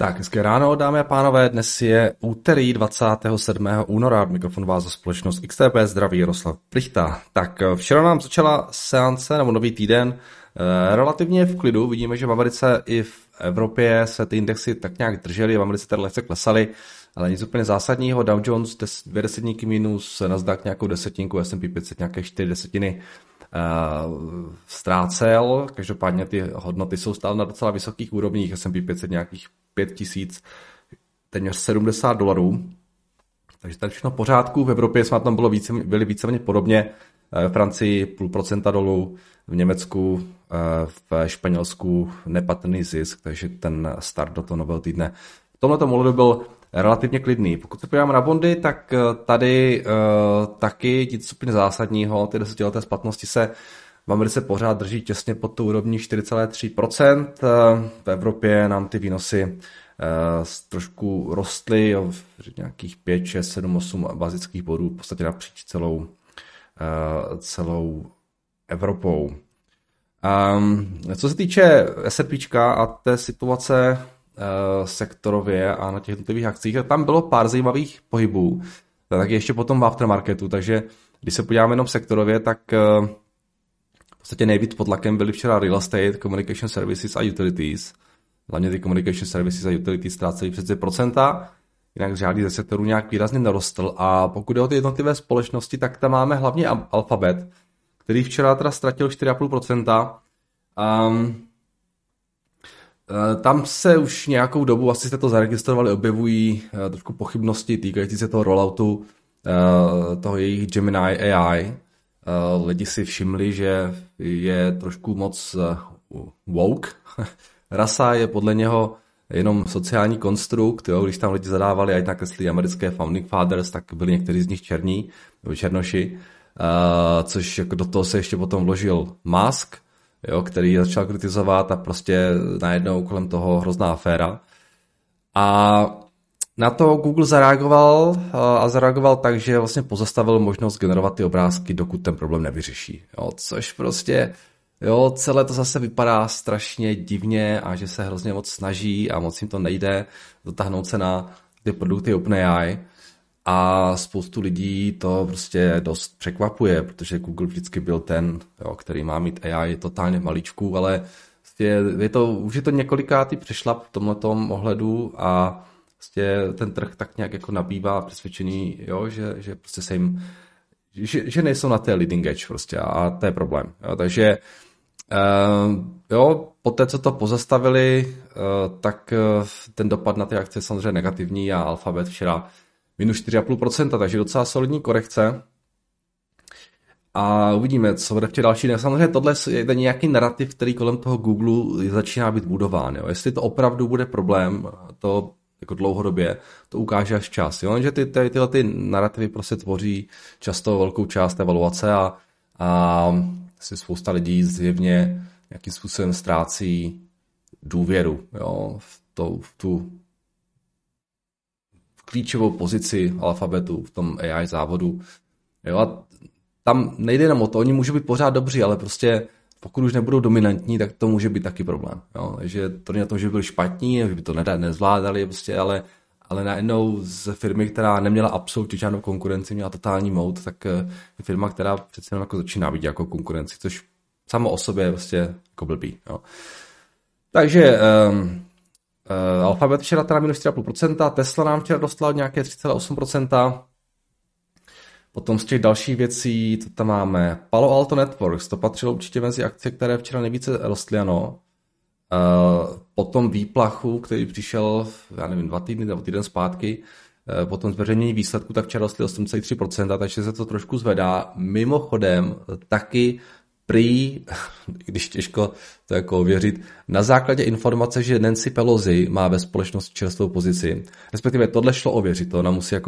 Tak, hezké ráno, dámy a pánové, dnes je úterý 27. února, mikrofon vás za společnost XTB, zdraví Jaroslav Plichta. Tak včera nám začala seance, nebo nový týden, relativně v klidu, vidíme, že v Americe i v Evropě se ty indexy tak nějak držely, v Americe tady lehce klesaly, ale nic úplně zásadního, Dow Jones 2 desetníky minus, Nasdaq nějakou desetinku, S&P 500 nějaké 4 desetiny ztrácel, každopádně ty hodnoty jsou stále na docela vysokých úrovních, S&P 500 nějakých 5000, téměř $70, takže tady všechno v pořádku, v Evropě jsme na tom byli víceméně podobně, v Francii 0,5% dolů, v Německu, v Španělsku nepatrný zisk, takže ten start do toho nového týdne v tomhleto ohledu byl relativně klidný. Pokud se podíváme na bondy, tak tady taky nic úplně zásadního, ty desetileté splatnosti se v Americe pořád drží těsně pod tou úrovní 4,3%. V Evropě nám ty výnosy trošku rostly o nějakých 5, 6, 7, 8 bazických bodů, v podstatě napříč celou Evropou. Co se týče S&Pčka a té situace sektorově a na těch jednotlivých akcích, tam bylo pár zajímavých pohybů, tak ještě potom v aftermarketu, takže když se podíváme jenom sektorově, tak v podstatě nejvíc pod tlakem byly včera real estate, communication services a utilities. Hlavně ty communication services a utilities ztrácely přes 2%, jinak žádný ze sektorů nějak výrazně narostl. A pokud jde o ty jednotlivé společnosti, tak tam máme hlavně Alphabet, který včera teda ztratil 4,5%. Tam se už nějakou dobu, asi jste to zaregistrovali, objevují trošku pochybnosti týkající se toho rolloutu toho jejich Gemini AI. Lidi si všimli, že je trošku moc woke. Rasa je podle něho jenom sociální konstrukt, jo? Když tam lidi zadávali, ať nakreslí americké founding fathers, tak byli někteří z nich černí, nebo černoši, což jako do toho se ještě potom vložil Musk, jo? Který začal kritizovat a prostě najednou kolem toho hrozná aféra. A na to Google zareagoval tak, že vlastně pozastavil možnost generovat ty obrázky, dokud ten problém nevyřeší. Jo, což prostě, jo, celé to zase vypadá strašně divně a že se hrozně moc snaží a moc jim to nejde dotáhnout se na ty produkty OpenAI a spoustu lidí to prostě dost překvapuje, protože Google vždycky byl ten, jo, který má mít AI totálně v malíčku, ale už je to několikátý přešlap v tomhletom ohledu a prostě ten trh tak nějak jako nabývá přesvědčení, jo, že prostě se jim, že nejsou na té leading edge prostě a to je problém. Jo, takže jo, po té, co to pozastavili, tak ten dopad na ty akce je samozřejmě negativní a Alphabet včera minus 4,5%, takže docela solidní korekce. A uvidíme, co bude včera další. Samozřejmě tohle je nějaký narrativ, který kolem toho Google začíná být budován. Jo. Jestli to opravdu bude problém, to jako dlouhodobě, to ukáže až čas. Jo? Že tyhle narrativy prostě tvoří často velkou část evaluace a si spousta lidí zjevně nějakým způsobem ztrácí důvěru, jo? v tu klíčovou pozici Alphabetu v tom AI závodu. Jo? A tam nejde jenom o to, oni můžou být pořád dobří, ale prostě pokud už nebudou dominantní, tak to může být taky problém. Jo? Takže to není na tom, že by byli špatní, že by to nezvládali, prostě, ale najednou z firmy, která neměla absolutně žádnou konkurenci, měla totální moat, tak je firma, která přece jenom jako začíná být jako konkurenci, což samo o sobě je prostě jako blbý. Jo? Takže Alphabet včera teda minus 4,5%, Tesla nám včera dostala nějaké 3,8%, potom z těch dalších věcí, to tam máme Palo Alto Networks, to patřilo určitě mezi akcie, které včera nejvíce rostly, ano. Potom výplachu, který přišel, já nevím, 2 týdny nebo týden zpátky, potom zveřejnění výsledku, tak včera rostly 8,3%, takže se to trošku zvedá. Mimochodem taky prý, když těžko to jako ověřit, na základě informace, že Nancy Pelosi má ve společnosti čerstvou pozici, respektive tohle šlo ověřit, to ona musí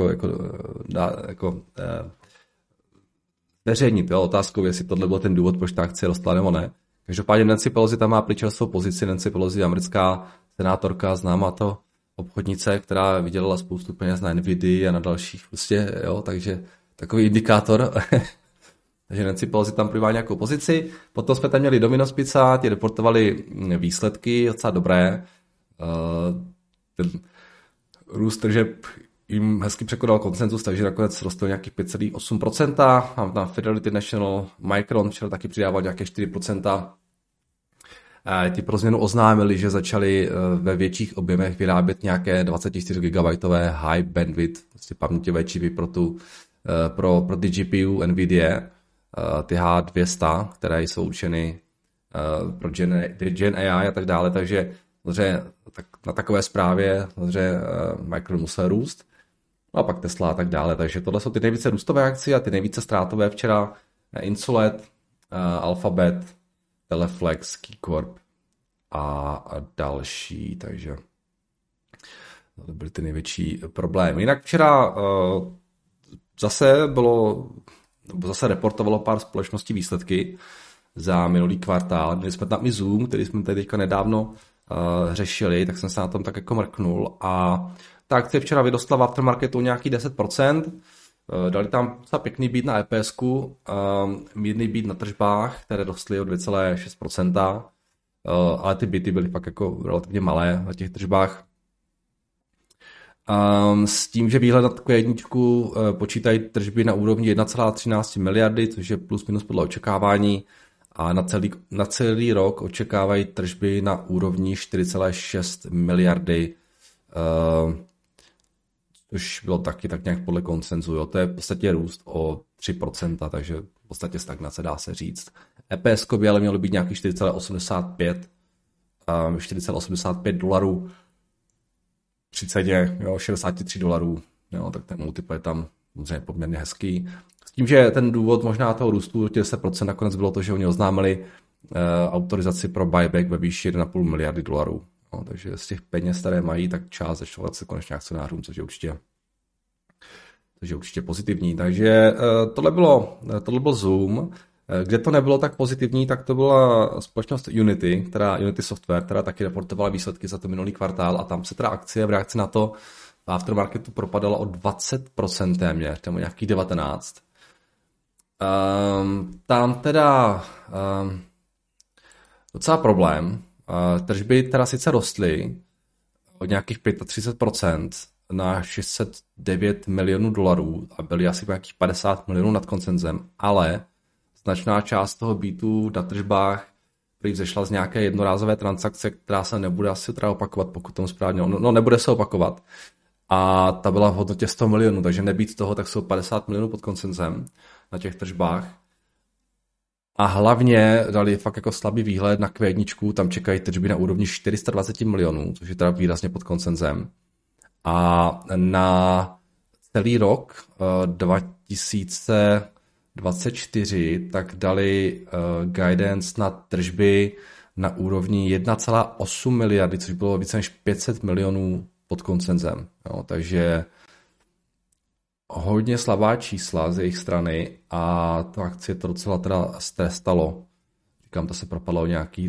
veřejnit, jo, otázkou, jestli tohle byl ten důvod, proč ta akcie rostla nebo ne. Každopádně Nancy Pelosi tam má prý čerstvou pozici, Nancy Pelosi je americká senátorka, známá to obchodnice, která vydělala spoustu peněz na Nvidia a na dalších, prostě, jo, takže takový indikátor. Takže Nancy Pelosi tam prývá nějakou pozici. Potom jsme tam měli Domino's Pizza, ti reportovali výsledky docela dobré. ten růst tržeb jim hezky překonal konsenzus, takže nakonec rostl nějakých 5,8%. A na Fidelity National Micron včera taky přidával nějaké 4%. Ti pro změnu oznámili, že začali ve větších objemech vyrábět nějaké 24 GB high bandwidth, prostě paměťové čipy pro ty GPU NVIDIA, ty H200, které jsou určeny pro Gen AI a tak dále, takže na takové zprávě Micron musel růst. No a pak Tesla a tak dále, takže tohle jsou ty nejvíce růstové akcie a ty nejvíce ztrátové včera Insulet, Alphabet, Teleflex, KeyCorp a další, takže to byly ty největší problémy. Jinak včera zase reportovalo pár společností výsledky za minulý kvartál. Měli jsme tam i Zoom, který jsme tady teďka nedávno řešili, tak jsem se na tom tak jako mrknul a ta akcie včera vyrostla v aftermarketu nějaký 10%. Dali tam docela pěkný beat na EPSku, mírný beat na tržbách, které rostly o 2,6%, ale ty beaty byly fakt jako relativně malé na těch tržbách. S tím, že výhled na Q1 počítají tržby na úrovni 1,13 miliardy, což je plus minus podle očekávání, a na celý rok očekávají tržby na úrovni 4,6 miliardy, což bylo taky tak nějak podle konsenzu. Jo. To je v podstatě růst o 3%, takže v podstatě stagnace, dá se říct. EPS by ale mělo být nějaký 4,85 dolarů při ceně $63, jo, tak ten multiple je tam samozřejmě poměrně hezký. S tím, že ten důvod možná toho růstu 10% nakonec bylo to, že oni oznámili autorizaci pro buyback ve výši 1,5 miliardy dolarů. No, takže z těch peněz, které mají, tak část začala se konečně akcionářům, což je určitě pozitivní. Takže tohle byl Zoom. Kde to nebylo tak pozitivní, tak to byla společnost Unity Software, která taky reportovala výsledky za to minulý kvartál a tam se teda akcie v reakci na to v aftermarketu propadala o 20% téměř, tam nějakých 19%. Tam teda docela problém. Tržby teda sice rostly o nějakých 35% na 609 milionů dolarů a byly asi nějakých 50 milionů nad konsenzem, ale značná část toho beatu na tržbách prý vzešla z nějaké jednorázové transakce, která se nebude asi teda opakovat, pokud tomu správně, nebude se opakovat. A ta byla v hodnotě 100 milionů, takže nebýt toho, tak jsou 50 milionů pod konsenzem na těch tržbách. A hlavně dali fakt jako slabý výhled na Q1, tam čekají tržby na úrovni 420 milionů, což je teda výrazně pod konsenzem. A na celý rok 2024 tak dali guidance na tržby na úrovni 1,8 miliardy, což bylo více než 500 milionů pod konsenzem. Jo, takže hodně slabá čísla z jejich strany a to akcie to docela teda strestalo. Říkám, to se propadlo o nějakých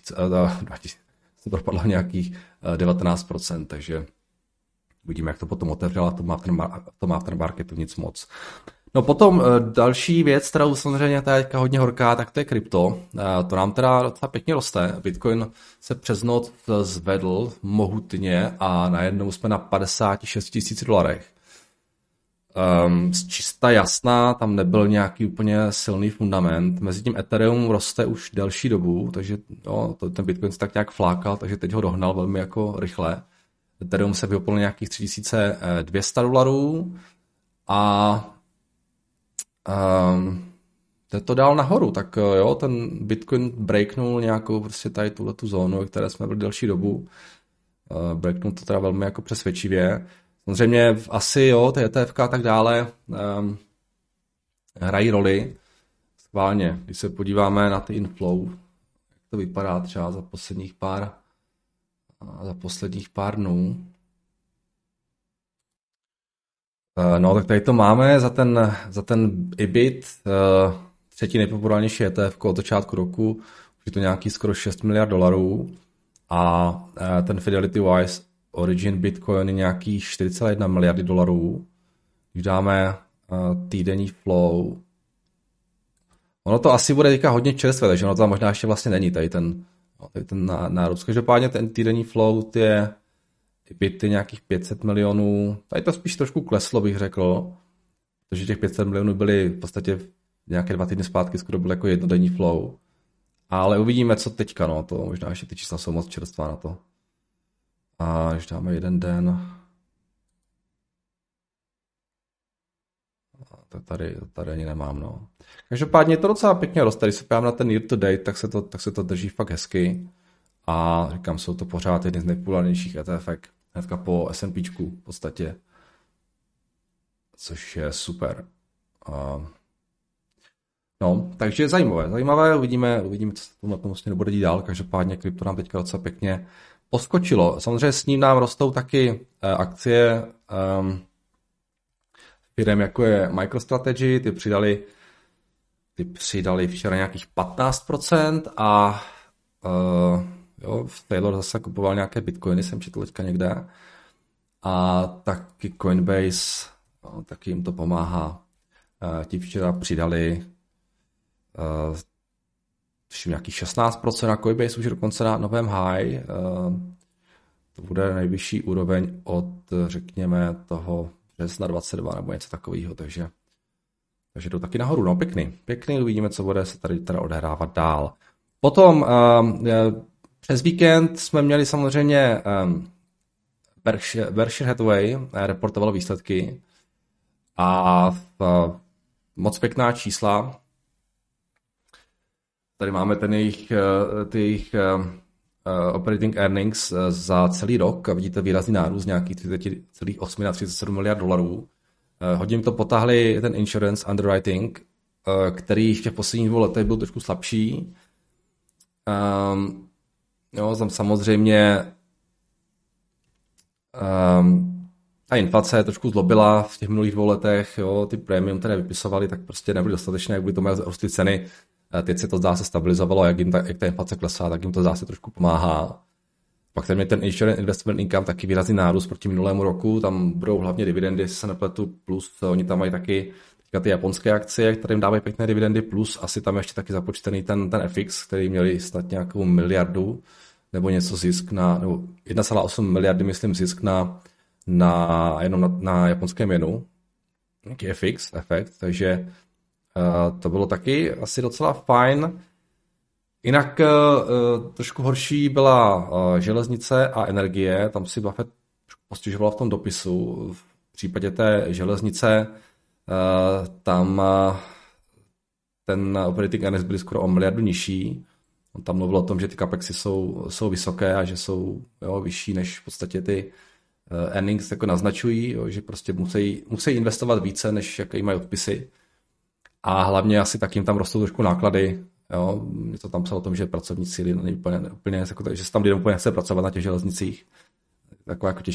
19%, takže uvidíme, jak to potom otevřela, to má aftermarketu nic moc. No potom další věc, kterou samozřejmě teďka hodně horká, tak to je krypto. To nám teda docela pěkně roste. Bitcoin se přes noc zvedl mohutně a najednou jsme na 56 000 $. Z čista jasná, tam nebyl nějaký úplně silný fundament. Mezitím Ethereum roste už delší dobu, takže ten Bitcoin se tak nějak flákal, takže teď ho dohnal velmi jako rychle. Ethereum se vyhopil nějakých $3200 a to dál nahoru, tak jo, ten Bitcoin breaknul nějakou prostě tady tuhletu zónu, které jsme byli delší dobu. Breaknul to teda velmi jako přesvědčivě. Samozřejmě asi jo, ty ETF a tak dále hrají roli. Schválně, když se podíváme na ty inflow, jak to vypadá třeba za posledních pár dnů. No, tak tady to máme za ten IBIT, třetí nejpopulárnější ETF od začátku roku, už je to nějaký skoro 6 miliard dolarů a ten Fidelity Wise Origin Bitcoin je nějaký 4,1 miliardy dolarů. Když dáme týdenní flow, ono to asi bude teďka hodně čerstvé, takže ono to možná ještě vlastně není tady ten nárůst. Každopádně ten týdenní flow je byty nějakých 500 milionů, tady to spíš trošku kleslo, bych řekl, protože těch 500 milionů byly v podstatě nějaké 2 týdny zpátky, skoro byl jako jednodenní flow. Ale uvidíme, co teďka, no, to možná ještě ty čísla jsou moc čerstvá na to. A když dáme jeden den, tak tady ani nemám, no. Každopádně to docela pěkně roste, když se pojďám na ten year to date, tak se to drží fakt hezky. A říkám, jsou to pořád jedny z nejpopulárnějších ETF hnedka po S&Pčku v podstatě, což je super. No, takže zajímavé, uvidíme, co se tomu vlastně nebude dít dál, každopádně krypto nám teďka docela pěkně poskočilo. Samozřejmě s ním nám rostou taky akcie firem, jako je MicroStrategy, ty přidali včera nějakých 15% a Taylor zase kupoval nějaké bitcoiny, jsem četl teďka někde. A taky Coinbase, taky jim to pomáhá. Ti včera přidali nějakých 16% a Coinbase už dokonce na novém high. To bude nejvyšší úroveň od, řekněme, toho března 22 nebo něco takového, takže to taky nahoru, no pěkný, uvidíme, co bude se tady teda odehrávat dál. Potom přes víkend jsme měli samozřejmě Berkshire Hathaway reportovalo výsledky a moc pěkná čísla. Tady máme ty jejich operating earnings za celý rok a vidíte výrazný nárůst nějakých 30,8 na 37 miliard dolarů. Hodně to potáhli ten insurance underwriting, který v těch posledních 2 letech byl trošku slabší. Tam samozřejmě ta inflace trošku zlobila v těch minulých 2 letech, ty prémium, které vypisovali, tak prostě nebyly dostatečné, jak byly tomu rostly ceny. Teď se to zdá se stabilizovalo, jak ta inflace klesá, tak jim to zdá se trošku pomáhá. Pak tam je ten insurance investment income taky výrazný nárůst proti minulému roku, tam budou hlavně dividendy, jestli se nepletu, plus oni tam mají taky ty japonské akcie, které jim dávají pěkné dividendy, plus asi tam ještě taky započtený ten FX, který měli snad nějakou miliardu, nebo něco zisk nebo 1,8 miliardy, myslím, zisk jenom na japonském jenu, nějaký FX efekt, takže to bylo taky asi docela fajn. Jinak trošku horší byla železnice a energie, tam si Buffett postižoval v tom dopisu. V případě té železnice tam ten operating earnings byl skoro o miliardu nižší. On tam mluvil o tom, že ty capexy jsou vysoké a že jsou vyšší než v podstatě ty earnings jako naznačují, že prostě musí investovat více, než jaké mají odpisy. A hlavně asi taky jim tam rostou trošku náklady. Je to tam psalo o tom, že pracovní síly není úplně že se tam lidem úplně nechce pracovat na těch železnicích. Taková jako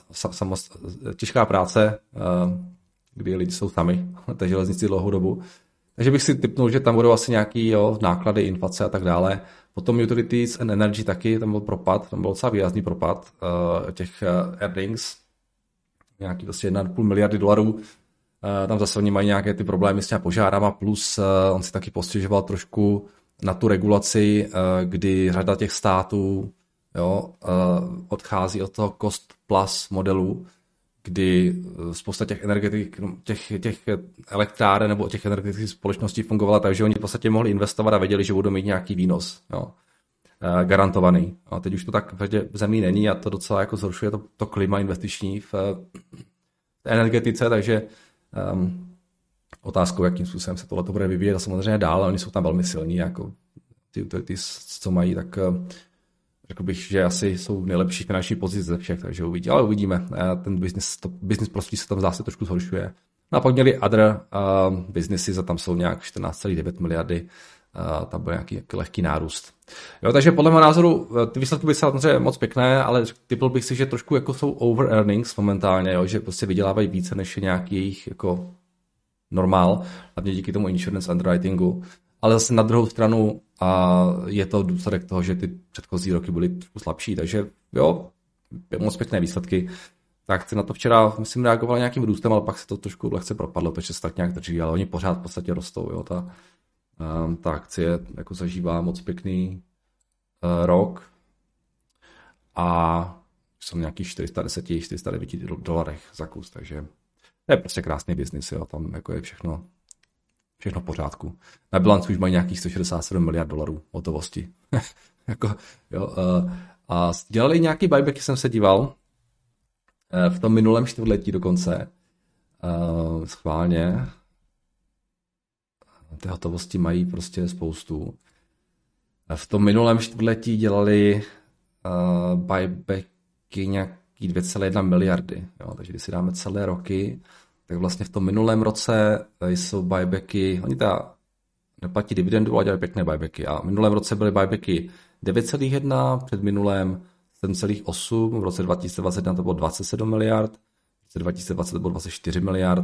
těžká práce, kdy lidi jsou sami na té železnici dlouhou dobu. Takže bych si tipnul, že tam budou asi nějaký náklady, inflace a tak dále. Potom utilities and energy taky, tam byl propad, tam byl docela výrazný propad těch earnings. Nějaký prostě 1,5 miliardy dolarů. Tam zase oni mají nějaké ty problémy s těma požárama, plus on si taky postěžoval trošku na tu regulaci, kdy řada těch států odchází od toho cost plus modelu, kdy spousta těch těch elektráren nebo těch energetických společností fungovala tak, že oni v podstatě mohli investovat a věděli, že budou mít nějaký výnos. Garantovaný. A teď už to tak v zemí není a to docela jako zhoršuje to klima investiční v energetice, takže otázkou, jakým způsobem se tohle bude vyvíjet a samozřejmě dál, oni jsou tam velmi silní, jako ty co mají, tak řekl bych, že asi jsou nejlepší finanční pozice ze všech, takže ale uvidíme. Ten business prostředí se tam zase trošku zhoršuje. No a pak měli other businessy, a tam jsou nějak 14,9 miliardy, tam byl nějaký lehký nárůst. Takže podle mého názoru ty výsledky byly samozřejmě moc pěkné, ale typl bych si, že trošku jako jsou over earnings momentálně, že prostě vydělávají více než nějaký jejich jako normál, hlavně díky tomu insurance underwritingu. Ale zase na druhou stranu je to důsledek toho, že ty předchozí roky byly trošku slabší, takže moc pěkné výsledky. Tak akce na to včera, myslím, reagovala nějakým růstem, ale pak se to trošku lehce propadlo, protože se tak nějak drží, ale oni pořád v podstatě rostou. Ta akcie jako zažívá moc pěkný rok a jsou nějakých 410, 409 dolarech za kus, takže to je prostě krásný biznis, jo, tam jako je všechno v pořádku. Na bilanci už mají nějakých 167 miliard dolarů hotovosti. Jako, jo, a dělali nějaký buybacky, jsem se díval, v tom minulém čtvrtletí dokonce, schválně, ty hotovosti mají prostě spoustu. V tom minulém čtvrtletí dělali buybacky nějaký 2,1 miliardy. Jo? Takže když si dáme celé roky, tak vlastně v tom minulém roce jsou buybacky, oni teda neplatí dividendu, ale dělají pěkné buybacky. A v minulém roce byly buybacky 9,1, před minulém 7,8, v roce 2021 to bylo 27 miliard, v roce 2020 to bylo 24 miliard.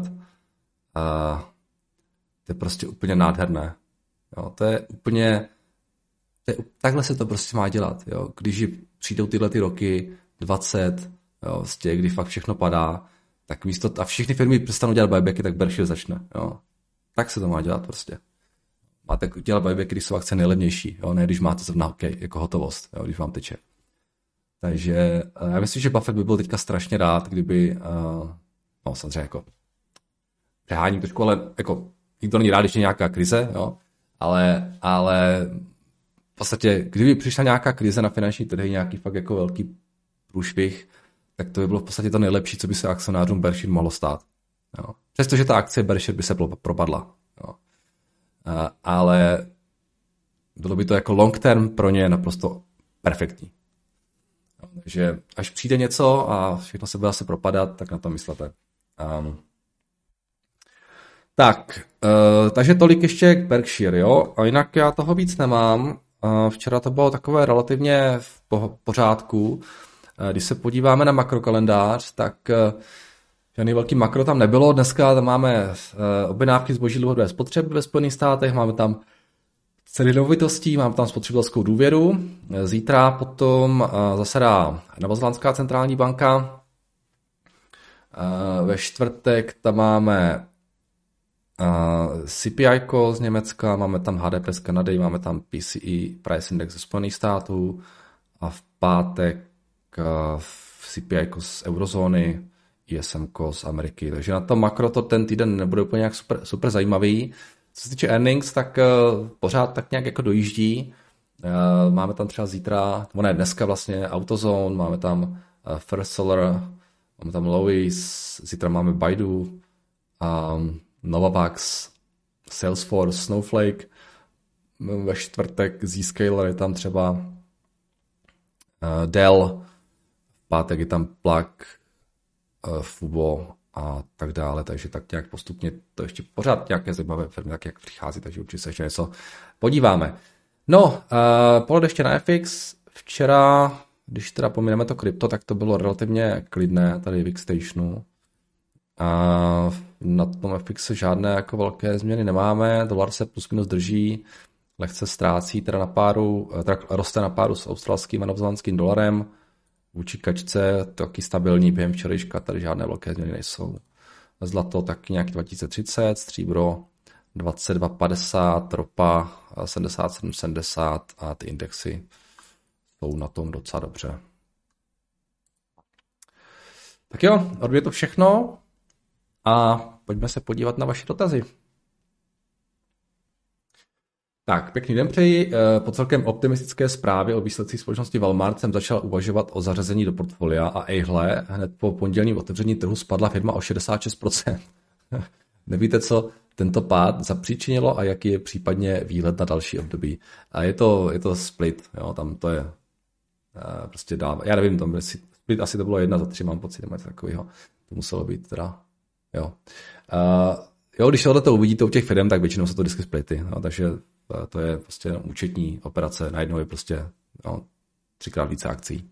To je prostě úplně nádherné. Jo? To je úplně... Takhle se to prostě má dělat. Jo? Když přijdou tyhle ty roky, 20, jo, kdy fakt všechno padá, tak místo a všechny firmy přestanou dělat buybacky, tak Berkshire začne. Jo? Tak se to má dělat prostě. Máte dělat buybacky, když jsou akce nejlevnější, jo? Ne když máte zrovna jako hotovost, jo? Když vám teče. Takže já myslím, že Buffett by byl teďka strašně rád, kdyby, no samozřejmě jako přeháním trošku, ale jako nikdo není rád, když je nějaká krize, jo? Ale v podstatě, kdyby přišla nějaká krize na finanční trhy, nějaký fakt jako velký průšvih, tak to by bylo v podstatě to nejlepší, co by se akcionářům Berkshire mohlo stát. Jo. Přestože ta akcie Berkshire by se propadla. Jo. Ale bylo by to jako long term pro ně naprosto perfektní. Jo. Takže až přijde něco a všechno se bude zase propadat, tak na to myslete. Takže tolik ještě k Berkshire, jo. A jinak já toho víc nemám. Včera to bylo takové relativně v pořádku. Když se podíváme na makrokalendář, tak žádný velký makro tam nebylo. Dneska tam máme objednávky zboží dlouhodobé spotřeby ve Spojených státech, máme tam ceny nemovitostí, máme tam spotřebitelskou důvěru. Zítra potom zasedá Novozélandská centrální banka. Ve čtvrtek tam máme CPI z Německa, máme tam HDP z Kanady, máme tam PCE Price Index ze Spojených států a v pátek CPI z eurozóny, ISM z Ameriky. Takže na to makro to ten týden nebude úplně nějak super zajímavý. Co se týče earnings, tak pořád tak nějak jako dojíždí. Máme tam třeba zítra, nebo ne, dneska vlastně AutoZone, máme tam First Solar, máme tam Lowe's, zítra máme Baidu, Novavax, Salesforce, Snowflake, ve čtvrtek Zscaler je tam třeba Dell, v pátek je tam Plug, Fubo a tak dále, takže tak nějak postupně to ještě pořád nějaké zajímavé firmy tak jak přichází, takže určitě se ještě něco podíváme. No, pohled ještě na FX. Včera, když teda pomineme to krypto, tak to bylo relativně klidné tady v Xstationu. A na tom FX žádné jako velké změny nemáme, dolar se plus minus drží, lehce ztrácí, teda roste na páru s australským a novozélandským dolarem, vůči kačce taky stabilní během včerejška, tady žádné velké změny nejsou. Zlato taky nějaký 2030, stříbro 22,50, ropa 77,70 a ty indexy jsou na tom docela dobře. Tak jo, odbije to všechno. A pojďme se podívat na vaše dotazy. Tak, pěkný den přeji. Po celkem optimistické zprávě o výsledcích společnosti Walmart jsem začal uvažovat o zařazení do portfolia a ejhle, hned po pondělním otevření trhu spadla firma o 66%. Nevíte, co tento pád zapříčinilo a jaký je případně výhled na další období. A je to split, jo, tam to je prostě dává. Já nevím, tam split asi to bylo 1/3, mám pocit, nebo takového. To muselo být teda. Jo, když tohle uvidíte u těch firm, tak většinou jsou to vždycky splity, no, takže to je prostě účetní operace, najednou je prostě 3x více akcí.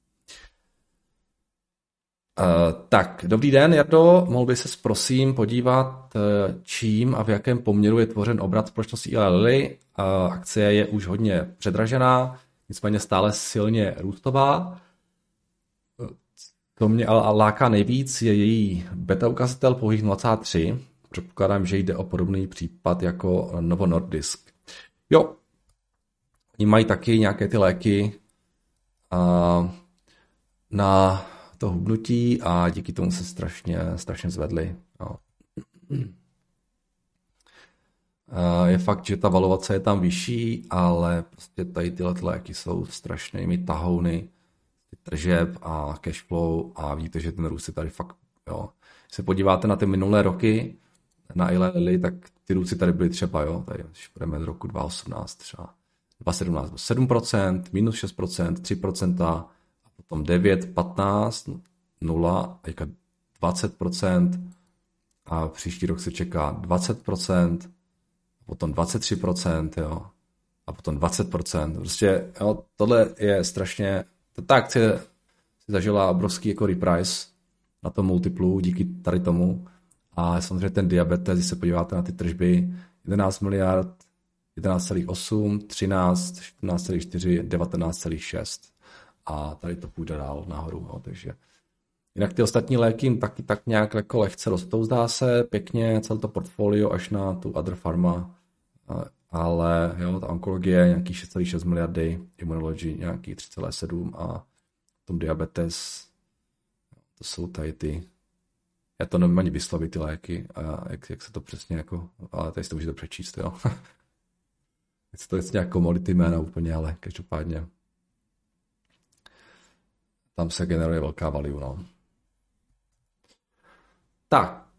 Tak, dobrý den, Jardo, mohl by ses prosím podívat, čím a v jakém poměru je tvořen obrat společnosti Eli Lilly. Akcie je už hodně předražená, nicméně stále silně růstová. To mě ale láká nejvíc, je její beta ukazatel pouhých 0,3. Předpokládám, že jde o podobný případ jako Novo Nordisk. Jo, oni mají taky nějaké ty léky, na to hubnutí a díky tomu se strašně zvedly. Jo. Je fakt, že ta valuace je tam vyšší, ale prostě tady tyhle léky jsou strašnými tahouny tržeb a cashflow a vidíte, že ten růst je tady fakt, jo. Když se podíváte na ty minulé roky, na Eli Lilly, tak ty růsty tady byly třeba, jo, tady, když budeme z roku 2018 třeba, 2017 7%, minus 6%, 3%, a potom 9, 15, 0, a 20%, a příští rok se čeká 20%, a potom 23%, jo, a potom 20%. Prostě, jo, tohle je strašně, ta akcie si zažila obrovský jako reprice na tom multiplu díky tady tomu. A samozřejmě ten diabetes, když se podíváte na ty tržby, 11 miliard, 11,8, 13, 14,4, 19,6. A tady to půjde dál nahoru. Jo, takže jinak ty ostatní léky taky tak nějak jako lehce rostou, zdá se, pěkně, celé to portfolio až na tu Other Pharma. Ale jo, ta onkologie nějaký 6,6 miliardy, immunology nějaký 3,7 a tom diabetes, to jsou tady ty, já to nevím ani vyslovit ty léky a jak se to přesně jako, ale tady si to můžete přečíst, jo. Je to je nějak commodity jména úplně, ale každopádně tam se generuje velká value, no. Tak,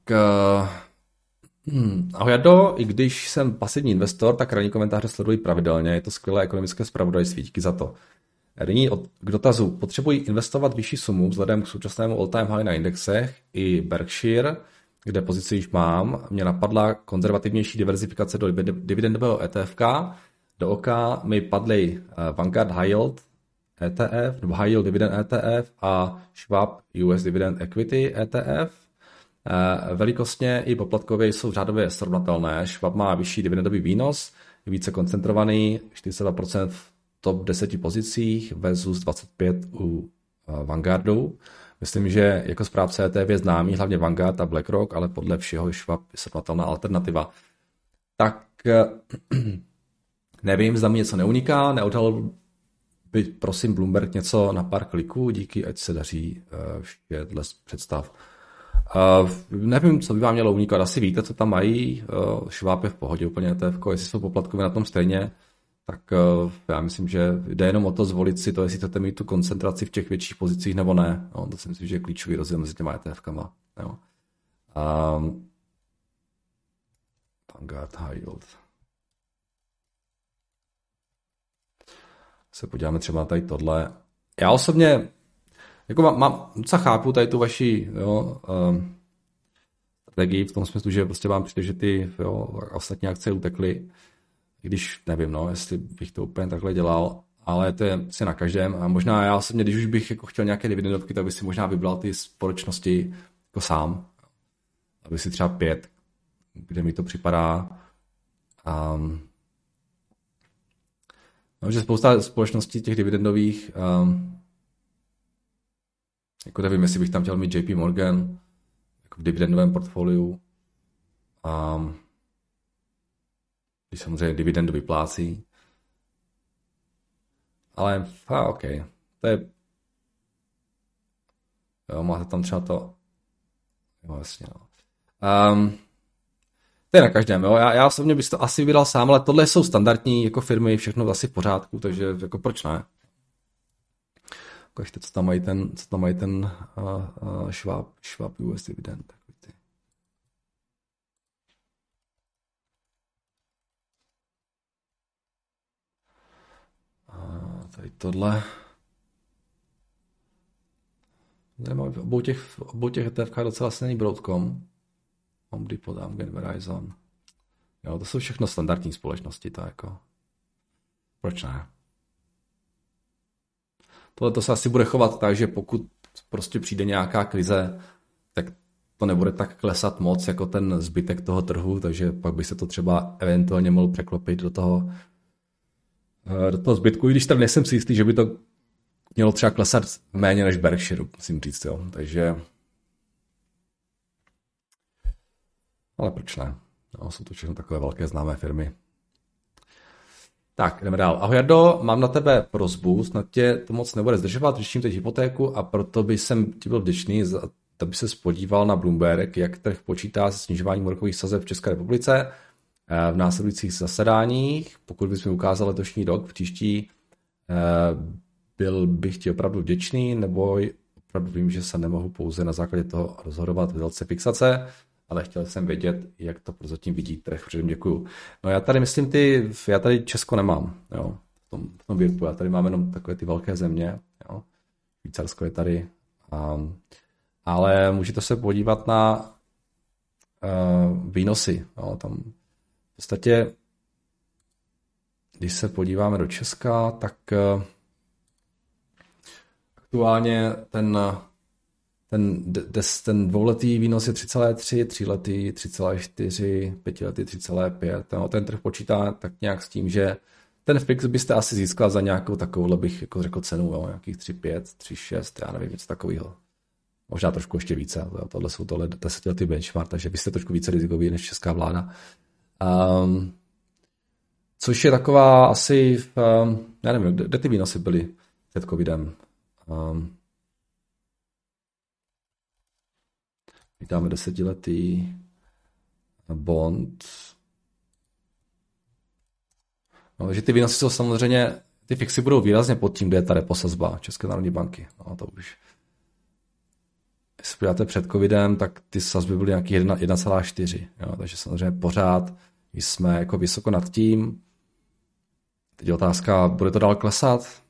ahoj Jado, i když jsem pasivní investor, tak ranní komentáře sleduji pravidelně, je to skvělé ekonomické zpravodajství, díky za to. Nyní k dotazu. Potřebuji investovat vyšší sumu vzhledem k současnému all-time high na indexech i Berkshire, kde pozici již mám. Mě napadla konzervativnější diverzifikace do dividendového ETF. Do oka mi padly Vanguard High Yield ETF, nebo High Yield Dividend ETF a Schwab US Dividend Equity ETF. Velikostně i poplatkově jsou řádově srovnatelné. Schwab má vyšší dividendový výnos, je více koncentrovaný, 42% v top 10 pozicích versus 25 u Vanguardu. Myslím, že jako správce ETF je známý hlavně Vanguard a BlackRock, ale podle všeho je Schwab srovnatelná alternativa. Tak nevím, zda mi něco neuniká, neodhalil by prosím Bloomberg něco na pár kliků, díky, ať se daří vše dle představ. Nevím, co by vám mělo unikat, asi víte, co tam mají, Schwab je v pohodě úplně ETF, jestli jsou poplatkové na tom stejně, tak já myslím, že jde jenom o to zvolit si to, jestli chcete mít tu koncentraci v těch větších pozicích nebo ne. No, to si myslím, že je klíčový rozdíl mezi těma ETF-kama. Jo. Vanguard High Yield. Se podíváme třeba tady tohle. Já osobně jako mám docela chápu tady tu vaši strategii v tom smyslu, že prostě vám přijde, že ty ostatní akcie utekly. Když nevím, jestli bych to úplně takhle dělal, ale to je si na každém. A možná já osobně, když už bych jako chtěl nějaké dividendovky, tak bych si možná vybral ty společnosti jako sám. Aby si třeba 5, kde mi to připadá. Že spousta společností těch dividendových, jako nevím, jestli bych tam chtěl mít JP Morgan jako v dividendovém portfoliu. Když samozřejmě dividendu vyplácí. Ale OK. To je... Jo, máte tam třeba to... Jo, jasně, no. To je na každém, jo. Já osobně bych to asi vydal sám, ale tohle jsou standardní jako firmy, všechno asi v pořádku, takže jako proč ne? Ukažte, co tam mají ten Schwab US Dividend. Tady tohle. Zajímavé, v obou těch ETF docela silný Broadcom. Home Depot, Amgen, Verizon. Jo, to jsou všechno standardní společnosti, to jako. Proč ne? Tohle to se asi bude chovat tak, že pokud prostě přijde nějaká krize, tak to nebude tak klesat moc jako ten zbytek toho trhu, takže pak by se to třeba eventuálně mohl překlopit do toho zbytku, i když tam nejsem si jistý, že by to mělo třeba klesat méně než Berkshire, musím říct, jo. Takže ale proč ne? No, jsou to všechno takové velké známé firmy. Tak, jdeme dál. Ahoj Jardo, mám na tebe prosbu, snad tě to moc nebude zdržovat, řeším teď hypotéku a proto by jsem ti byl vděčný, to by se spodíval na Bloomberg, jak trh počítá se snižováním úrokových sazeb v České republice v následujících zasedáních. Pokud bys mi ukázal letošní rok, příští, byl bych ti opravdu vděčný, nebo opravdu vím, že se nemohu pouze na základě toho rozhodovat v délce fixace, ale chtěl jsem vědět, jak to prozatím vidí trh. Předem děkuju. No já tady myslím já tady Česko nemám, jo, v tom VIRPu. Já tady mám jenom takové ty velké země, jo. Švýcarsko je tady. Ale můžete se podívat na výnosy. Jo, tam v podstatě, když se podíváme do Česka, tak aktuálně ten dvouletý výnos je 3,3, tříletý 3,4, pětiletý 3,5. No, ten trh počítá tak nějak s tím, že ten fix byste asi získal za nějakou takovouhle, bych jako řekl, cenu, jo, nějakých 3,5, 3,6, já nevím, něco takového. Možná trošku ještě více, tohle jsou 10letý benchmark, takže byste trošku více rizikový než česká vláda. Což je taková asi, já nevím, kde ty výnosy byly před covidem. Dáme 10letý bond. No, takže ty výnosy jsou samozřejmě, ty fixy budou výrazně pod tím, kde je ta repo sazba České národní banky. No, to už. Jestli podíváte před covidem, tak ty sazby byly nějaký 1,4. Takže samozřejmě pořád jsme jako vysoko nad tím. Teď je otázka, bude to dál klesat?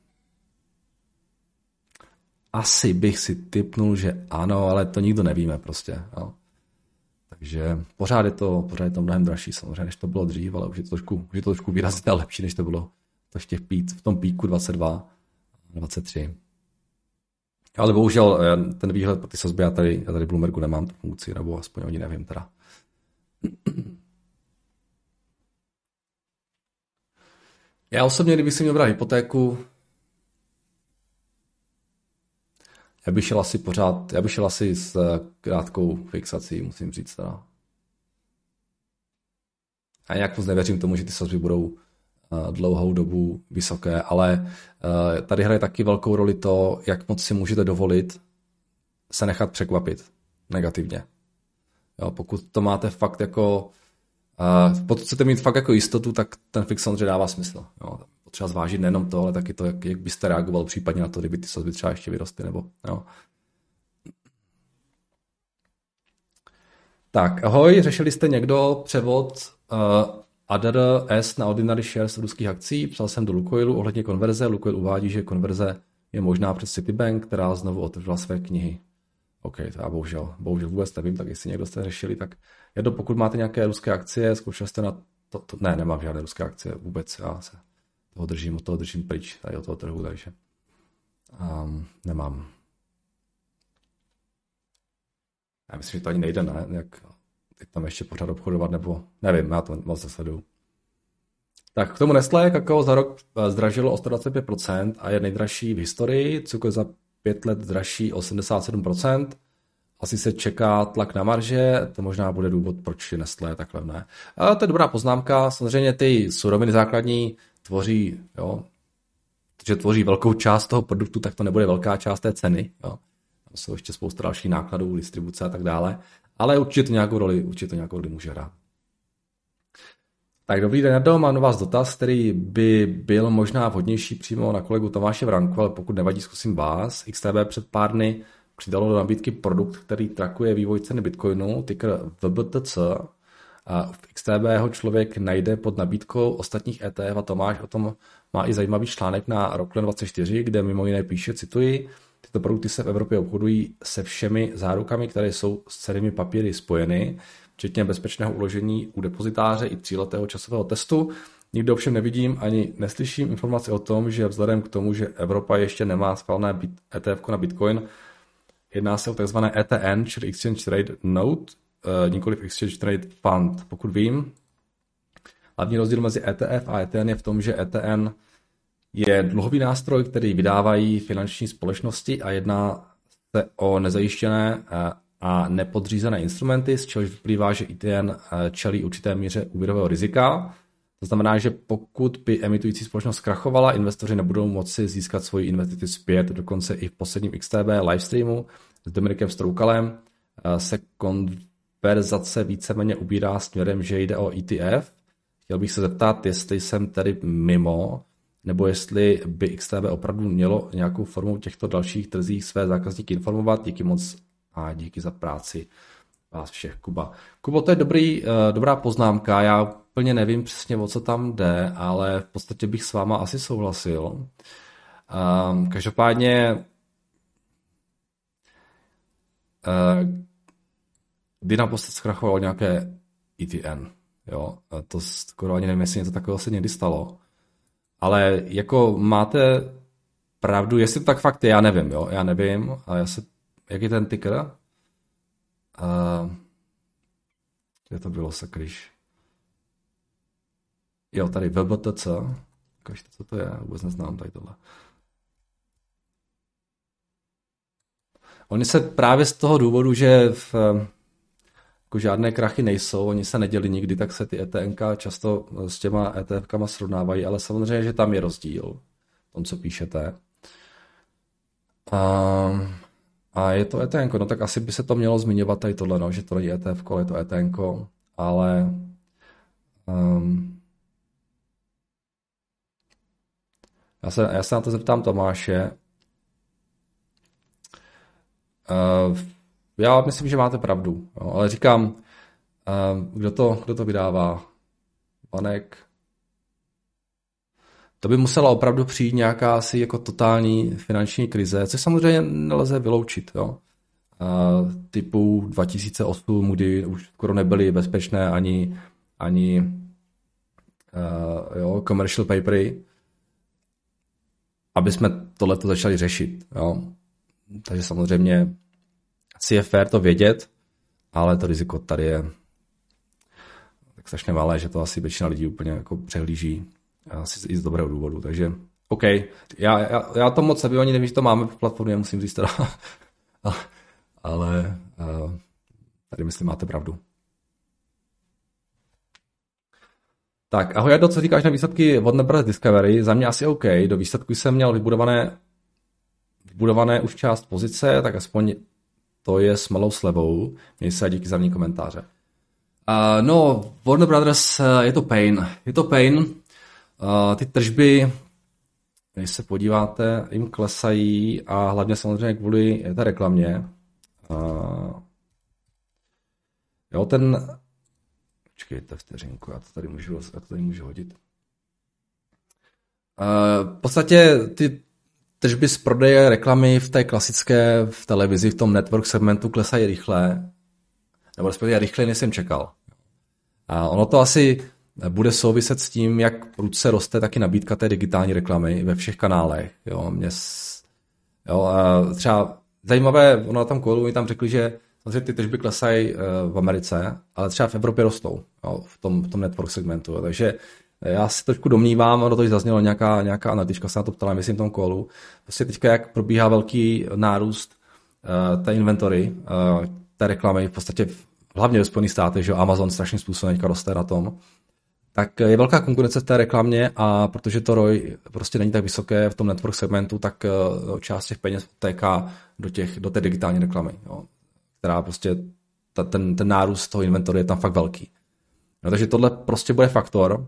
Asi bych si tipnul, že ano, ale to nikdo nevíme prostě. Jo. Takže pořád je to mnohem dražší samozřejmě, než to bylo dřív, ale už je to trošku výrazně lepší, než to bylo v tom píku 22, 23. Ale bohužel ten výhled pro ty sazby já tady v Bloombergu nemám tu funkci, nebo aspoň oni nevím teda. Já osobně, kdybych si měl brát hypotéku, já bych šel asi s krátkou fixací, musím říct teda. Já nějak moc nevěřím tomu, že ty sazby budou dlouhou dobu vysoké, ale tady hraje taky velkou roli to, jak moc si můžete dovolit se nechat překvapit negativně. Jo, pokud to máte fakt jako, pokud chcete mít fakt jako jistotu, tak ten fix samozřejmě dává smysl. Jo. Potřeba zvážit nejenom to, ale taky to, jak byste reagoval případně na to, kdyby ty sazby třeba ještě vyrostly, nebo jo. Tak, ahoj, řešili jste někdo převod ADRS na Ordinary Shares ruských akcí? Psal jsem do Lukoilu ohledně konverze. Lukoil uvádí, že konverze je možná přes Citibank, která znovu otevřela své knihy. OK, to já bohužel vůbec nevím, tak jestli někdo jste řešili, tak pokud máte nějaké ruské akcie, zkoušel jste na to, ne, nemám žádné ruské akcie vůbec, já se od toho držím pryč, tady od toho trhu, takže nemám. Já myslím, že to ani nejde, ne? Jak tam ještě pořád obchodovat, nebo nevím, já to moc nesleduju. Tak k tomu Nestlé kakao za rok zdražilo o 125% a je nejdražší v historii, cukr za 5 let dražší o 77%. Asi se čeká tlak na marže, to možná bude důvod, proč je Nestlé tak levné. A to je dobrá poznámka, samozřejmě ty suroviny základní tvoří, jo, protože tvoří velkou část toho produktu, tak to nebude velká část té ceny, jo. Tam jsou ještě spousta dalších nákladů, distribuce a tak dále, ale určitě to nějakou roli může hrát. Tak dobrý den, Jardo, mám na vás dotaz, který by byl možná vhodnější přímo na kolegu Tomáše Vranku, ale pokud nevadí, zkusím vás. XTB před pár dny přidalo do nabídky produkt, který trackuje vývoj ceny Bitcoinu, ticker VBTC. A v XTB ho člověk najde pod nabídkou ostatních ETF a Tomáš o tom má i zajímavý článek na Rockland24, kde mimo jiné píše, cituji, tyto produkty se v Evropě obchodují se všemi zárukami, které jsou s cennými papíry spojeny, včetně bezpečného uložení u depozitáře i 3letého časového testu. Nikde ovšem nevidím ani neslyším informace o tom, že vzhledem k tomu, že Evropa ještě nemá schválené ETF na Bitcoin, jedná se o tzv. ETN, čili Exchange Trade Note, nikoliv Exchange Trade Fund. Pokud vím, hlavní rozdíl mezi ETF a ETN je v tom, že ETN je dluhový nástroj, který vydávají finanční společnosti a jedná se o nezajištěné a nepodřízené instrumenty, z čehož vyplývá, že ETN čelí určité míře úvěrového rizika. To znamená, že pokud by emitující společnost zkrachovala, investoři nebudou moci získat svoji investici zpět. Dokonce i v posledním XTB livestreamu s Dominikem Stroukalem se konverzace víceméně ubírá směrem, že jde o ETF. Chtěl bych se zeptat, jestli jsem tedy mimo, nebo jestli by XTB opravdu mělo nějakou formou těchto dalších trzích své zákazníky informovat. Díky moc a díky za práci vás všech, Kuba. Kubo, to je dobrá poznámka. Já úplně nevím přesně, o co tam jde, ale v podstatě bych s váma asi souhlasil. Každopádně kdy naposled zkrachovalo nějaké ETN. Jo? To skoro ani nevím, jestli něco takového se někdy stalo. Ale jako máte pravdu, jestli to tak fakt je, já nevím. Jo? Já nevím. A jak je ten ticker? Kde to bylo, sakryš? Jo, tady VBTC. Ukažte, co to je, vůbec neznám tady tohle. Oni se právě z toho důvodu, že jako žádné krachy nejsou, oni se neděli nikdy, tak se ty ETNK často s těma ETFkama srovnávají, ale samozřejmě, že tam je rozdíl v tom, co píšete. A je to ETN, no tak asi by se to mělo zmiňovat tady tohle, no, že to není ETF, ale je to ETN, ale já se na to zeptám Tomáše. Já myslím, že máte pravdu, jo, ale říkám, kdo to vydává? Vanek. To by musela opravdu přijít nějaká asi jako totální finanční krize, což samozřejmě nelze vyloučit. Jo. Typu 2008, kdy už skoro nebyly bezpečné ani commercial papery, aby jsme tohleto začali řešit. Jo. Takže samozřejmě asi je fér to vědět, ale to riziko tady je tak strašně malé, že to asi většina lidí úplně jako přehlíží. Asi i z dobrého důvodu, takže OK. Já to moc nevím, ani nevím, že to máme v platformě, musím říct teda. ale tady myslím, máte pravdu. Tak, ahoj Jardo, co říkáš na výsledky Warner Bros. Discovery? Za mě asi OK. Do výsledku jsem měl vybudované už část pozice, tak aspoň to je s malou slevou. Měj se a díky za mě komentáře. No, Warner Brothers je to pain. Je to pain. Ty tržby, když se podíváte, jim klesají a hlavně samozřejmě kvůli té reklamě. Jo, počkejte vteřinku, já to tady můžu hodit. V podstatě ty tržby z prodeje reklamy v té klasické v televizi, v tom network segmentu klesají rychle. Nebo respektive rychleji, než jsem čekal. A ono to asi bude souviset s tím, jak prudce roste taky nabídka té digitální reklamy ve všech kanálech. Jo, a třeba zajímavé, ono na tom kolu mi tam řekli, že samozřejmě ty tržby klesají v Americe, ale třeba v Evropě rostou, jo, v tom network segmentu. Jo. Takže já si trošku domnívám, ono to už zaznělo nějaká analytička se na to ptala, myslím, v tom kolu. Prostě teďka, jak probíhá velký nárůst té inventory, té reklamy, v podstatě hlavně ve Spojených státech, že Amazon strašným způsobem teďka roste na tom, tak je velká konkurence v té reklamě a protože to ROI prostě není tak vysoké v tom network segmentu, tak část těch peněz odtéká do té digitální reklamy, jo, která prostě ten nárůst toho inventory je tam fakt velký. No, takže tohle prostě bude faktor.